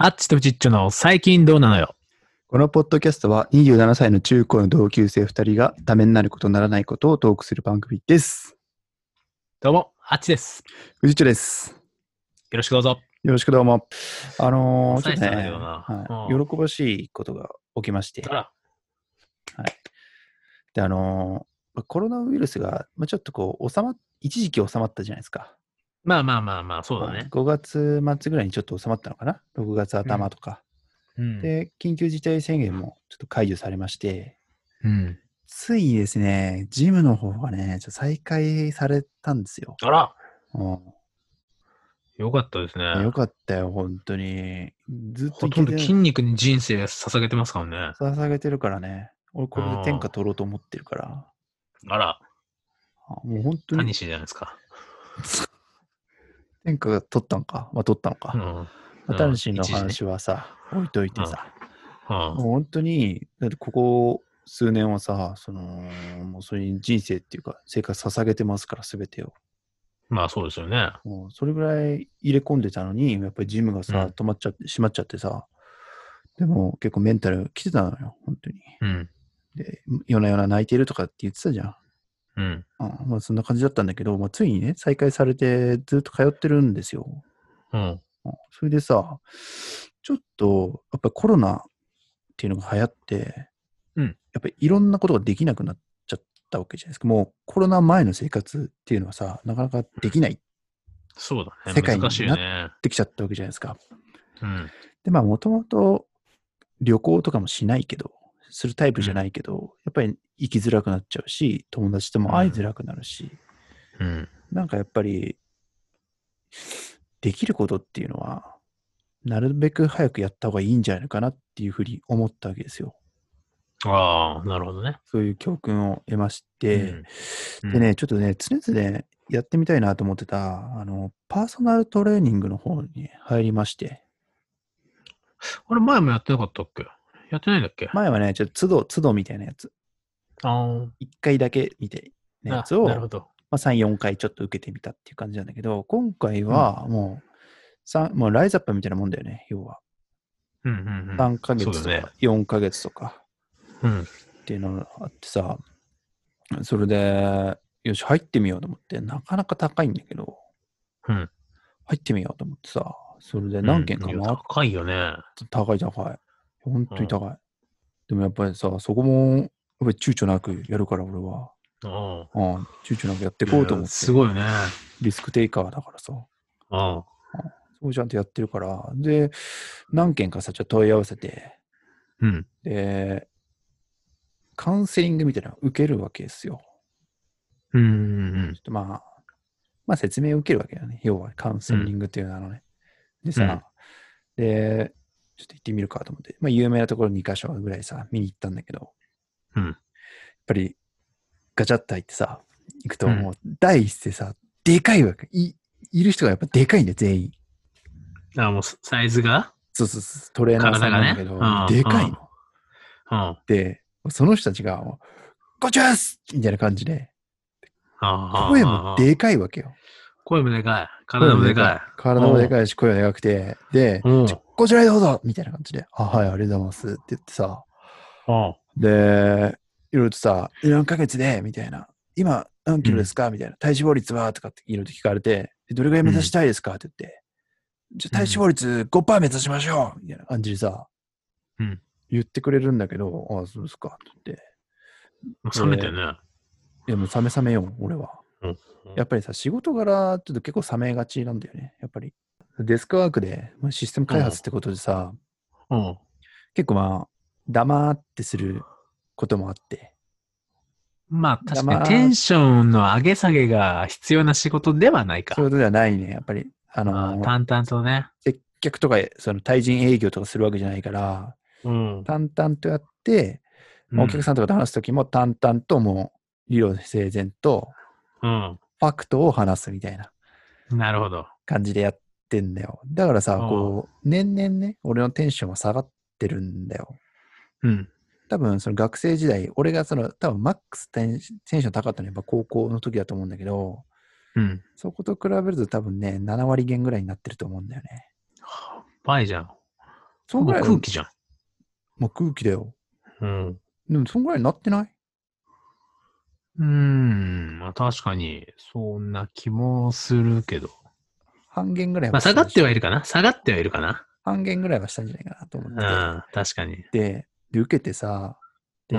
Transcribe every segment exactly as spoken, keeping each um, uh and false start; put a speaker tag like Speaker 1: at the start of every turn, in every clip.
Speaker 1: あっちとちっちょの最近どうなのよ。
Speaker 2: このポッドキャストはにじゅうななさいの中高の同級生ふたりがためになることならないことをトークする番組です。
Speaker 1: どうも、あっちです。
Speaker 2: 藤ちょです。
Speaker 1: よろしくどうぞ。
Speaker 2: よろしくどうも。あのー、ちょっとね、はい、喜ばしいことが起きまして。
Speaker 1: あら。
Speaker 2: はい。で、あのー、コロナウイルスが、まあ、ちょっとこう、収まっ、一時期収まったじゃないですか。
Speaker 1: まあまあまあまあ、そうだね。
Speaker 2: ごがつ末ぐらいにちょっと収まったのかな ?ろく 月頭とか、
Speaker 1: うん。
Speaker 2: で、緊急事態宣言もちょっと解除されまして、
Speaker 1: うん。
Speaker 2: ついにですね、ジムの方がね、ちょっと再開されたんですよ。
Speaker 1: あら。
Speaker 2: うん。
Speaker 1: よかったですね。
Speaker 2: よかったよ、本当に。ずっと
Speaker 1: ほとんど筋肉に人生捧げてますからね。
Speaker 2: 捧げてるからね。俺これで天下取ろうと思ってるから。
Speaker 1: あら。
Speaker 2: もう本当に。
Speaker 1: タニシじゃないですか。
Speaker 2: 天下が取ったんか。まあ取ったのか。
Speaker 1: うん。
Speaker 2: まあ、タニシの話はさ、ね、置いといてさ。うん、もう本当に、だってここ数年はさ、その、もうそういう人生っていうか、生活捧げてますから、すべてを。
Speaker 1: まあそうですよね。
Speaker 2: もうそれぐらい入れ込んでたのに、やっぱりジムがさ、うん、止まっちゃって、閉まっちゃってさ、でも結構メンタル来てたのよ、本当に。
Speaker 1: うん。
Speaker 2: で、夜な夜な泣いてるとかって言ってたじゃん。
Speaker 1: うん。
Speaker 2: あまあそんな感じだったんだけど、まあ、ついにね、再開されてずっと通ってるんですよ。
Speaker 1: うん。
Speaker 2: それでさ、ちょっと、やっぱりコロナっていうのが流行って、
Speaker 1: うん、
Speaker 2: やっぱりいろんなことができなくなっちゃったわけじゃないですか。もうコロナ前の生活っていうのはさ、なかなかできない。
Speaker 1: そうだね。
Speaker 2: 世界になってきちゃったわけじゃないですか。
Speaker 1: うん、
Speaker 2: で、まあもともと旅行とかもしないけど、するタイプじゃないけど、うん、やっぱり行きづらくなっちゃうし、友達とも会いづらくなるし、
Speaker 1: うん、
Speaker 2: なんかやっぱり、できることっていうのは、なるべく早くやった方がいいんじゃないかなっていうふうに思ったわけですよ。
Speaker 1: ああ、なるほどね。
Speaker 2: そういう教訓を得まして、
Speaker 1: うん、
Speaker 2: でね、ちょっとね、常々ね、やってみたいなと思ってた、あの、パーソナルトレーニングの方に入りまして。
Speaker 1: あれ、前もやってなかったっけ？やってないんだっけ？
Speaker 2: 前はね、ちょっと都度、都度みたいなやつ。
Speaker 1: ああ。
Speaker 2: 一回だけみたいなやつを、
Speaker 1: なるほど。
Speaker 2: まあ、さん、よんかいちょっと受けてみたっていう感じなんだけど、今回はもう、さん、もうライズアップみたいなもんだよね、要は。
Speaker 1: うんうんうん、
Speaker 2: さんかげつとかよんかげつとかっていうのがあってさ、それで、よし、入ってみようと思って、なかなか高いんだけど、
Speaker 1: うん、
Speaker 2: 入ってみようと思ってさ、それで何件か回って、うん、
Speaker 1: 高いよね。
Speaker 2: 高い高い。本当に高い。うん、でもやっぱりさ、そこも、やっぱり躊躇なくやるから、俺は。ああ、躊躇なくやっていこうと思って。
Speaker 1: すごいね。
Speaker 2: リスクテイカーだからさ。
Speaker 1: ああ。
Speaker 2: そうちゃんとやってるから。で、何件かさ、ちょっと問い合わせて。
Speaker 1: うん。
Speaker 2: で、カウンセリングみたいなの受けるわけですよ。
Speaker 1: うんうんうん。
Speaker 2: ちょっとまあ、まあ説明を受けるわけだね。要はカウンセリングっていうのはね。うん、でさ、うん、で、ちょっと行ってみるかと思って、まあ有名なところにかしょぐらいさ、見に行ったんだけど、
Speaker 1: うん、や
Speaker 2: っぱりガチャッと入ってさ、行くともう第一声さ、でかいわけ。い、いる人がやっぱでかいんだよ、全員。
Speaker 1: あ、もうサイズが
Speaker 2: そうそうそう、トレーナーさんなんだけど、ね、でかいの。
Speaker 1: うんうん、
Speaker 2: で、その人たちが、こっちですみたいな感じで、声もでかいわけよ。
Speaker 1: 声もでかい。体もでかい。
Speaker 2: 体もでかいし、声もでかくて、で、こちらへどうぞみたいな感じで、あ、はい、ありがとうございますって言ってさ、で、いろいろとさ、何ヶ月でみたいな、今何キロですかみたいな、体脂肪率はとかっていろいろと聞かれて、どれぐらい目指したいですかって言って、じゃ体脂肪率 ごパーセント 目指しましょうみたいな感じでさ、
Speaker 1: うん、
Speaker 2: 言ってくれるんだけど、ああ、そうですかって言って。
Speaker 1: もう冷めてるね。
Speaker 2: いや、もう冷め冷めよ、俺は。
Speaker 1: うん、
Speaker 2: やっぱりさ、仕事柄、ちょっと結構冷めがちなんだよね、やっぱり。デスクワークで、システム開発ってことでさ、
Speaker 1: うん、
Speaker 2: 結構まあ、黙ってすることもあって。
Speaker 1: まあ、確かにテンションの上げ下げが必要な仕事ではないか。
Speaker 2: そういうことではないね、やっぱり。あのー、
Speaker 1: 淡々とね。
Speaker 2: 接客とか、その対人営業とかするわけじゃないから、
Speaker 1: うん、
Speaker 2: 淡々とやって、うん、お客さんとかと話すときも淡々ともう、理論整然と、
Speaker 1: うん、
Speaker 2: ファクトを話すみたいな。
Speaker 1: なるほど。
Speaker 2: 感じでやってんだよ。だからさ、こう、年々ね、俺のテンションは下がってるんだよ。
Speaker 1: うん。
Speaker 2: 多分、その学生時代、俺がその、多分マックステンション高かったのはやっぱ高校の時だと思うんだけど、
Speaker 1: うん。
Speaker 2: そこと比べると多分ね、ななわりげんぐらいになってると思うんだよね。
Speaker 1: 倍じゃん。
Speaker 2: そんぐらい
Speaker 1: 空気じゃん。
Speaker 2: もう空気だよ。
Speaker 1: うん。
Speaker 2: でもそんぐらいになってない？
Speaker 1: うーん。まあ確かに、そんな気もするけど。
Speaker 2: 半減ぐらい
Speaker 1: まあ下がっ
Speaker 2: はしたでしょ。
Speaker 1: てはいるかな下がってはいるかな
Speaker 2: 半減ぐらいはしたんじゃないかなと思ってて。
Speaker 1: うん、確かに。
Speaker 2: で、で受けてさ、で、
Speaker 1: うん、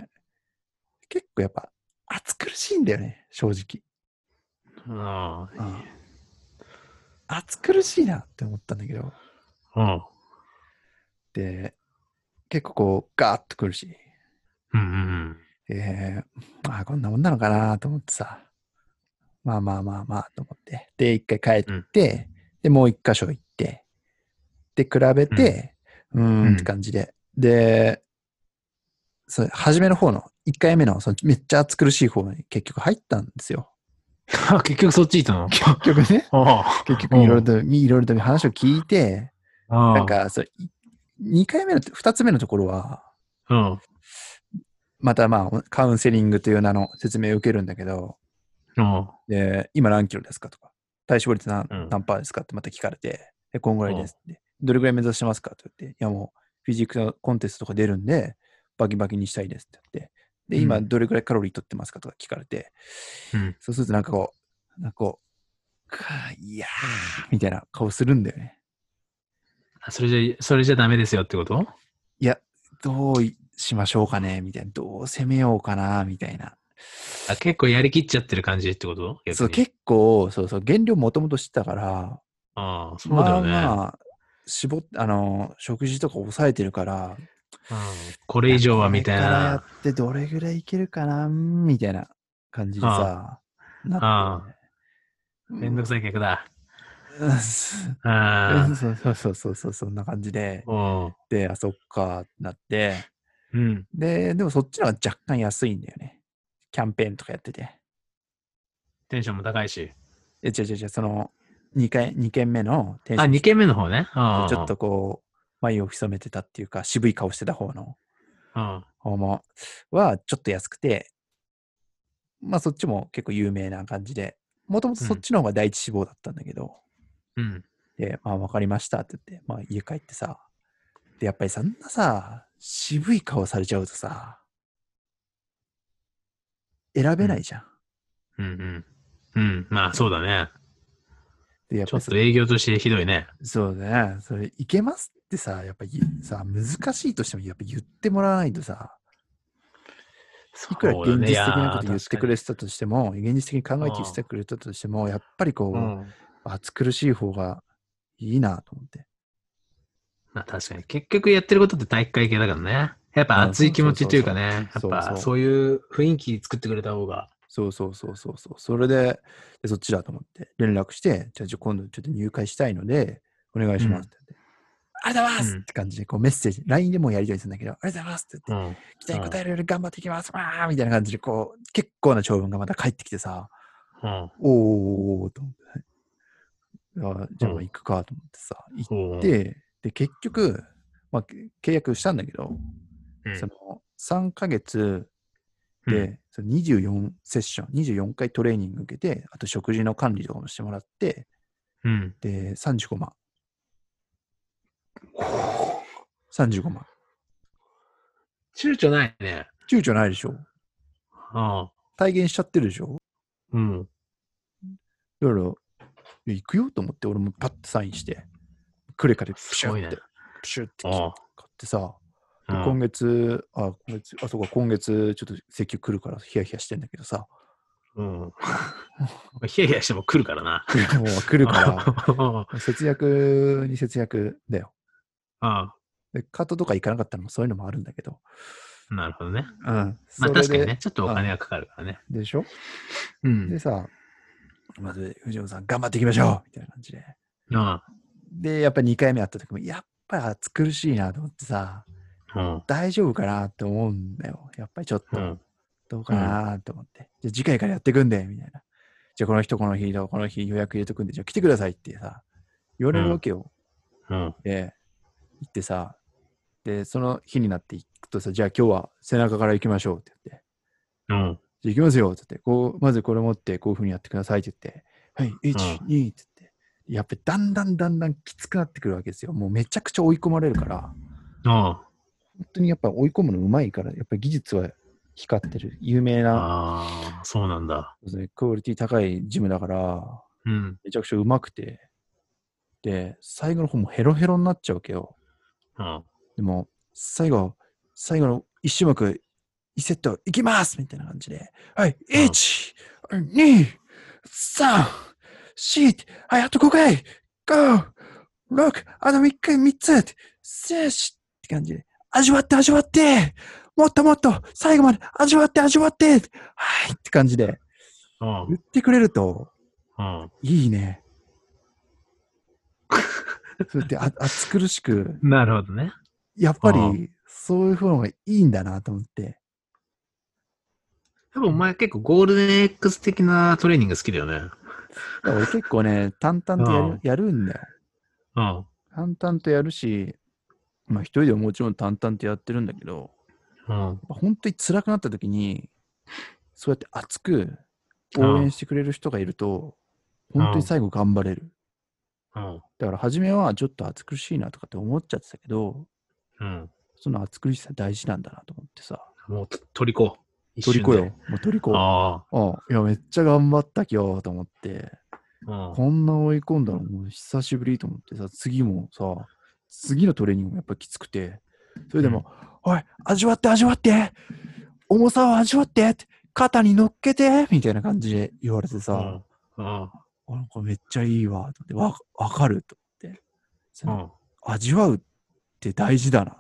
Speaker 2: 結構やっぱ暑苦しいんだよね、正直。
Speaker 1: あ
Speaker 2: うん、暑苦しいなって思ったんだけど。
Speaker 1: あ、うん。
Speaker 2: で、結構こう、ガーッとくるし。
Speaker 1: うんうん
Speaker 2: で、まあこんなもんなのかなと思ってさ。まあまあまあまあと思って。で、一回帰
Speaker 1: うん。
Speaker 2: って、で、もう一箇所行って、で、比べ
Speaker 1: うん。
Speaker 2: て、うーんって感じで。で、それ初めの方の、一回目の、そのめっちゃ暑苦しい方に結局入ったんですよ。
Speaker 1: 結局そっち行ったの
Speaker 2: 結局ね。
Speaker 1: ああ。
Speaker 2: 結局いろいろと、いろいろと話を聞いて、なん
Speaker 1: あ
Speaker 2: か、そにかいめの、ふたつめのところは、
Speaker 1: あ。うん。
Speaker 2: またまあ、カウンセリングという名の説明を受けるんだけど、
Speaker 1: うん。
Speaker 2: で、今何キロですかとか、体脂肪率何,、
Speaker 1: うん。
Speaker 2: 何パーですかってまた聞かれて、で、こんぐらいですって。どれぐらい目指してますかって言って、いやもう、フィジークのコンテストとか出るんで、バキバキにしたいですって言って、で、今どれぐらいカロリー取ってますかとか聞かれて、
Speaker 1: うん。
Speaker 2: そうするとなんかこう、なんかこう、いやー、みたいな顔するんだよね。
Speaker 1: それじゃ、それじゃダメですよってこと？
Speaker 2: いや、どうしましょうかねみたいな。どう攻めようかなみたいな。
Speaker 1: あ、結構やりきっちゃってる感じってこと逆に。
Speaker 2: そう、結構、そうそう、減量もともと知ってたから、
Speaker 1: ああ、そうだ
Speaker 2: まあ
Speaker 1: よね。
Speaker 2: まあ、絞っあの、食事とか抑えてるから、
Speaker 1: うん。こ
Speaker 2: いや、
Speaker 1: れ以上は
Speaker 2: これ
Speaker 1: みたい
Speaker 2: からやっ
Speaker 1: な。
Speaker 2: てどれぐらいいけるかなみたいな感じで
Speaker 1: あ
Speaker 2: さ、な
Speaker 1: あ、
Speaker 2: って。
Speaker 1: ああ。
Speaker 2: う
Speaker 1: めんどくさい客だ。
Speaker 2: ん、
Speaker 1: あ
Speaker 2: そうそうそうそうそう、そんな感じで。
Speaker 1: あ。うん。
Speaker 2: で、あ、そっか、ってなって。
Speaker 1: うん。
Speaker 2: で、でもそっちの方が若干安いんだよね。キャンペーンとかやってて。
Speaker 1: テンションも高いし。
Speaker 2: え、違う違う違う、その、にかい、に軒目のテン
Speaker 1: あ、
Speaker 2: ション
Speaker 1: にけんめの方ね。
Speaker 2: ちょっ
Speaker 1: あ
Speaker 2: とこう、眉を潜めてたっていうか、渋い顔してた方の
Speaker 1: あ。
Speaker 2: 方も、はちょっと安くて、まあそっちも結構有名な感じで、もともとそっちの方が第一志望だったんだけど、
Speaker 1: うん。
Speaker 2: で、まあわかりましたって言って、まあ家帰ってさ、で、やっぱりそんなさ、渋い顔されちゃうとさ、選べないじゃん。
Speaker 1: うん。うん。うん。まあ、そうだね。
Speaker 2: で、やっぱりそ
Speaker 1: ちょっと営業としてひどいね。
Speaker 2: そうだね。それ、いけますってさ、やっぱりさ、難しいとしてもやっぱ言ってもらわないとさ、いくら
Speaker 1: そうだね。い
Speaker 2: 現実的なこ
Speaker 1: やー、
Speaker 2: と言っ
Speaker 1: 確かに。
Speaker 2: てくれてたとしても、現実的に考えて言ってくれたとしても、やっぱり
Speaker 1: うん。
Speaker 2: こう、
Speaker 1: うん。
Speaker 2: 暑苦しい方がいいなと思って。
Speaker 1: まあ確かに。結局やってることって体育会系だからね。やっぱ
Speaker 2: うん、
Speaker 1: 熱い気持ちという
Speaker 2: そうそうそう。
Speaker 1: かね。やっ
Speaker 2: そうそう。
Speaker 1: ぱそういう雰囲気作ってくれた方が。
Speaker 2: そうそうそうそうそう。それでで、そっちだと思って連絡して、じゃあじゃあ今度ちょっと入会したいので、お願いしますって言って。ありがとうございます
Speaker 1: うん。
Speaker 2: って感じで、こうメッセージ、ライン でもやり取りするんだけど、ありがとうございますって言って、
Speaker 1: うん。
Speaker 2: 期待に応えられる頑張っていきますわーみたいな感じで、こう、結構な長文がまた返ってきてさ、
Speaker 1: うん。
Speaker 2: おーと思って、あじゃあまあ
Speaker 1: うん。
Speaker 2: 行くかと思ってさ、行っ
Speaker 1: うん。
Speaker 2: て、で、結局、まあ、契約したんだけど、
Speaker 1: うん。
Speaker 2: そのさんかげつ
Speaker 1: うん。
Speaker 2: で、そのにじゅうよんセッション、にじゅうよんかいトレーニング受けて、あと食事の管理とかもしてもらって、
Speaker 1: うん。
Speaker 2: で、さんじゅうごまん。さんじゅうごまん。
Speaker 1: 躊躇ないね。
Speaker 2: 躊躇ないでしょ。
Speaker 1: ああ。
Speaker 2: 体現しちゃってるでしょ。
Speaker 1: うん。
Speaker 2: だから、行くよと思って、俺もパッとサインして、クレカでプシュって、ね、プシュって買ってさ、で今月、あ、今月、あ、そうか、今月ちょっと請求来るからヒヤヒヤしてんだけどさ。
Speaker 1: うん。ヒヤヒヤしても来るからな。
Speaker 2: もう来るから、節約に節約だよ。
Speaker 1: ああ。
Speaker 2: で、カートとか行かなかったのもそういうのもあるんだけど。
Speaker 1: なるほどね。
Speaker 2: うん。
Speaker 1: まあ確かにね、ちょっとお金がかかるからね。
Speaker 2: でしょ。
Speaker 1: うん。
Speaker 2: でさ、まず藤本さん頑張っていきましょうみたいな感じで。
Speaker 1: ああ。
Speaker 2: で、やっぱりにかいめ会った時も、やっぱり暑苦しいなと思ってさ、うん、大丈夫かなって思うんだよ。やっぱりちょっと、うん、どうかなと思って。じゃあ次回からやっていくんで、みたいな。じゃあこの人この日とこの日予約入れとくんで、じゃあ来てくださいってさ、言われるわけよ。うん、で、行ってさ、で、その日になっていくとさ、じゃあ今日は背中から行きましょうって言って。うん。じゃあ行きますよって言って、こう、まずこれ持ってこういう風にやってくださいって言って、はい、いち、にって言って、 やっぱりだんだんだんだんきつくなってくるわけですよ。もうめちゃくちゃ追い込まれるから。あ
Speaker 1: あ。
Speaker 2: 本当にやっぱ追い込むのうまいから、やっぱり技術は光ってる。有名な。
Speaker 1: ああ、そうなんだ。
Speaker 2: クオリティ高いジムだから、
Speaker 1: うん。
Speaker 2: めちゃくちゃうまくて。で、最後の方もヘロヘロになっちゃうわけよ。
Speaker 1: うん。
Speaker 2: でも、最後、最後の一種目、一セットいきますみたいな感じで。はい、いち、に、さん、し、はい、あとごかい、ご、ろく、あとみっかいみっつ、よしって感じで。味わって味わってもっともっと最後まで味わって味わってはいって感じで。言ってくれると、
Speaker 1: うん、
Speaker 2: いいね。そうやってあ暑苦しく。
Speaker 1: なるほどね。
Speaker 2: やっぱり、そういうのがいいんだなと思って。
Speaker 1: 多分お前結構ゴールデン X 的なトレーニング好きだよね。
Speaker 2: 俺結構ね、淡々とやる、やるんだよ。
Speaker 1: うん。
Speaker 2: 淡々とやるし、まあ一人でももちろん淡々とやってるんだけど、
Speaker 1: うん、
Speaker 2: 本当に辛くなった時に、そうやって熱く応援してくれる人がいると、本当に最後頑張れる。うん、だから初めはちょっと暑苦しいなとかって思っちゃってたけど、うん、その暑苦しさ大事なんだなと思ってさ。
Speaker 1: もう虜。
Speaker 2: 虜よ。もう虜。ああ。いや、めっちゃ頑張った今日と思って、うん、こんな追い込んだのもう久しぶりと思ってさ、次もさ、次のトレーニングもやっぱきつくて、それでも、うん、おい、味わって味わって重さを味わって肩に乗っけてみたいな感じで言われてさ、うん、うん、これめっちゃいいわと思って、わ、わかると思って、うん、味わうって大事だなって。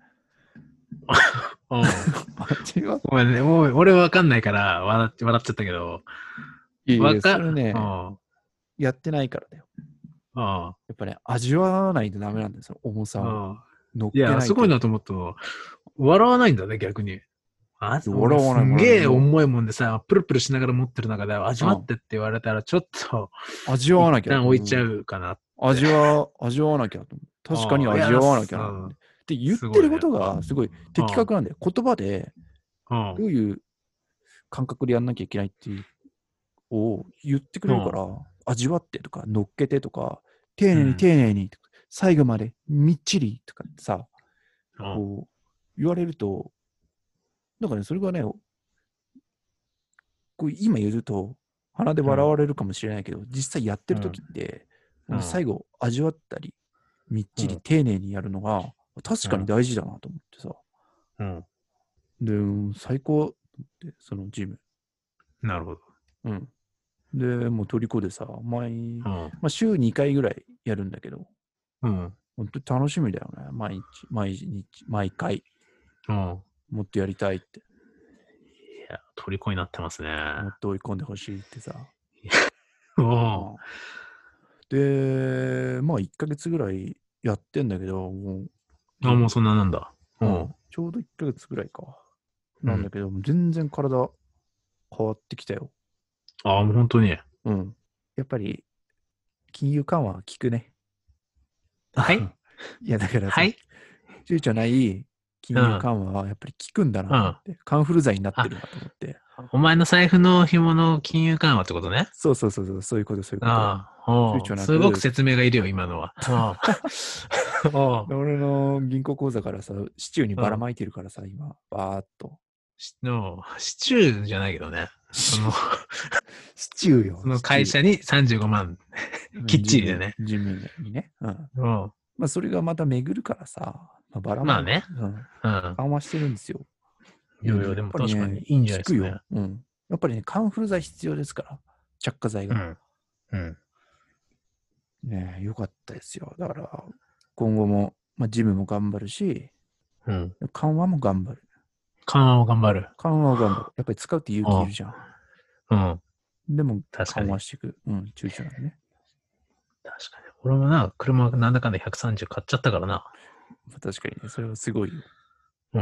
Speaker 1: うん、ごめんね、もう俺わかんないから笑っ笑っちゃったけど。
Speaker 2: いやいや、それね、やってないからだよ。ああやっぱね、味わわないとダメなんですよ、重さを。乗っけないと。
Speaker 1: いや、すごいなと思ったの。笑わないんだね、逆に。あ笑わない。すんげえ重いもんでさ、プルプルしながら持ってる中で味わってって言われたら、ちょっと、
Speaker 2: 味わわなきゃ。
Speaker 1: 一旦置いちゃうかな。
Speaker 2: 味わ、味わわなきゃと。確かに味わわなきゃな。って言ってることがすごい的確なんだよ。言葉で、どういう感覚でやんなきゃいけないっていうを言ってくれるから、味わってとか、乗っけてとか、丁寧に丁寧に、最後までみっちりとかってさ、こう言われると、なんかね、それがね、こう今言うと鼻で笑われるかもしれないけど、うん、実際やってる時って、うん、最後味わったりみっちり丁寧にやるのが確かに大事だなと思ってさ、うん、で最高ってそのジム。
Speaker 1: なるほど。
Speaker 2: うん。でもう虜でさ、毎、うん、まあ、週にかいぐらいやるんだけど、うん、本当に楽しみだよね。毎日、毎日、毎回、うん、もっとやりたいって。
Speaker 1: いや、虜になってますね。
Speaker 2: もっと追い込んでほしいってさ。おで、まあいっかげつぐらいやってんだけど、もう。
Speaker 1: あ、もうそんななんだ。
Speaker 2: うん。ちょうどいっかげつぐらいか。なんだけど、うん、全然体変わってきたよ。
Speaker 1: ああ、もう本当に。
Speaker 2: うん。やっぱり、金融緩和は効くね。
Speaker 1: はい
Speaker 2: いや、だから
Speaker 1: さ、はい、
Speaker 2: 躊躇ない金融緩和はやっぱり効くんだなと思って、うん、カンフル剤になってるなと思って。
Speaker 1: お前の財布の紐の金融緩和ってことね。
Speaker 2: そうそうそうそう、そういうこと、そういうこと。あ
Speaker 1: あ躊躇なくすごく説明がいるよ、今のは。
Speaker 2: 俺の銀行口座からさ、シチューにばらまいてるからさ、今、バーっと。
Speaker 1: のシチューじゃないけどね。その
Speaker 2: シチューよ。
Speaker 1: その会社にさんじゅうごまん、きっちりでね。
Speaker 2: 地味にね。うん。うんまあ、それがまた巡るからさ、まあ、ばら
Speaker 1: まあね。
Speaker 2: うん。緩和してるんですよ。
Speaker 1: いやいや、でも確かにいいんじゃないですかね。
Speaker 2: うん。やっぱりね、カンフル剤必要ですから、着火剤が。うん。うん、ねえ、よかったですよ。だから、今後も、まあ、ジムも頑張るし、うん、緩和も頑張る。
Speaker 1: 緩和も頑張る。
Speaker 2: 緩和を頑張る。やっぱり使うって勇気いるじゃん。うん。でも、緩和していく。うん、躊躇なくね。
Speaker 1: 確かに。俺もな、車なんだかんだひゃくさんじゅう買っちゃったからな。
Speaker 2: 確かにね、それはすごいよ。
Speaker 1: うん。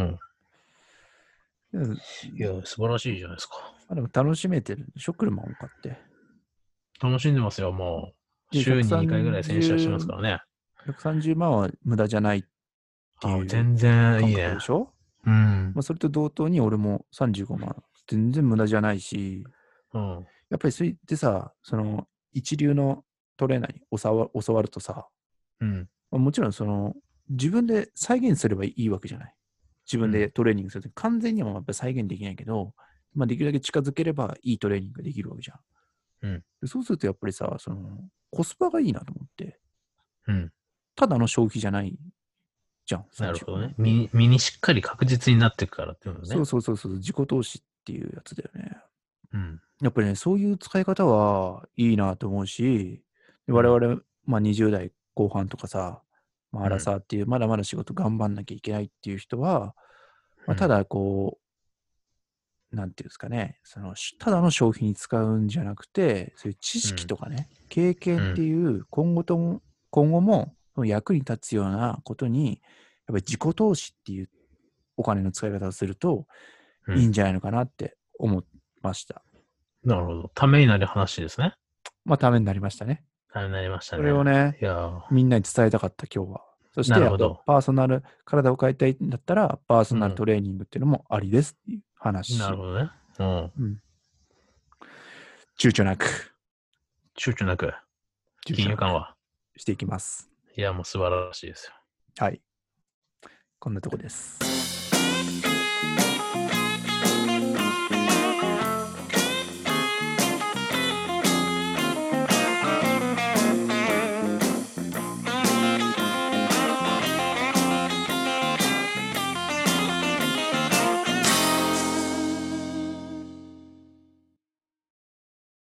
Speaker 1: いや、素晴らしいじゃないですか。
Speaker 2: あでも楽しめてるでしょ、車を買って。
Speaker 1: 楽しんでますよ、もう。週ににかいぐらい洗車してますからね。
Speaker 2: ひゃくさんじゅうまんは無駄じゃないっていう。
Speaker 1: 全然いいね。
Speaker 2: でしょ？
Speaker 1: うん。
Speaker 2: まあ、それと同等に俺もさんじゅうごまん。全然無駄じゃないし、うん、やっぱりそれってさ、その一流のトレーナーに教わ、教わるとさ、
Speaker 1: うん、
Speaker 2: もちろんその自分で再現すればいいわけじゃない。自分でトレーニングすると、うん、完全にはやっぱ再現できないけど、まあ、できるだけ近づければいいトレーニングができるわけじゃん。
Speaker 1: うん、
Speaker 2: でそうするとやっぱりさ、そのコスパがいいなと思って、
Speaker 1: うん、
Speaker 2: ただの消費じゃないじゃん。
Speaker 1: なるほどね。身, 身にしっかり確実になっていくからってことね。
Speaker 2: そうそうそうそう、自己投資っていうやつだよね。
Speaker 1: うん、
Speaker 2: やっぱりね、そういう使い方はいいなと思うし、我々、うん、まあにじゅう代後半とかさ、まあ、アラサーっていう、まだまだ仕事頑張んなきゃいけないっていう人は、まあ、ただこう、なんていうんですかね、その、ただの消費に使うんじゃなくて、そういう知識とかね、うん、経験っていう今後とも、今後も役に立つようなことに、やっぱり自己投資っていうお金の使い方をするといいんじゃないのかなって思いました。
Speaker 1: うん、なるほど。ためになる話ですね。
Speaker 2: まあ、ためになりましたね。
Speaker 1: ためになりましたね。
Speaker 2: それをね、
Speaker 1: いや
Speaker 2: みんなに伝えたかった今日は。そして、あとパーソナル、体を変えたいんだったら、パーソナルトレーニングっていうのもありですっていう話。
Speaker 1: うん、なるほどね。うん。うん、
Speaker 2: 躊躇なく。
Speaker 1: 躊躇なく。金融緩和。
Speaker 2: していきます。
Speaker 1: いや、もう素晴らしいですよ。
Speaker 2: はい。こんなとこです。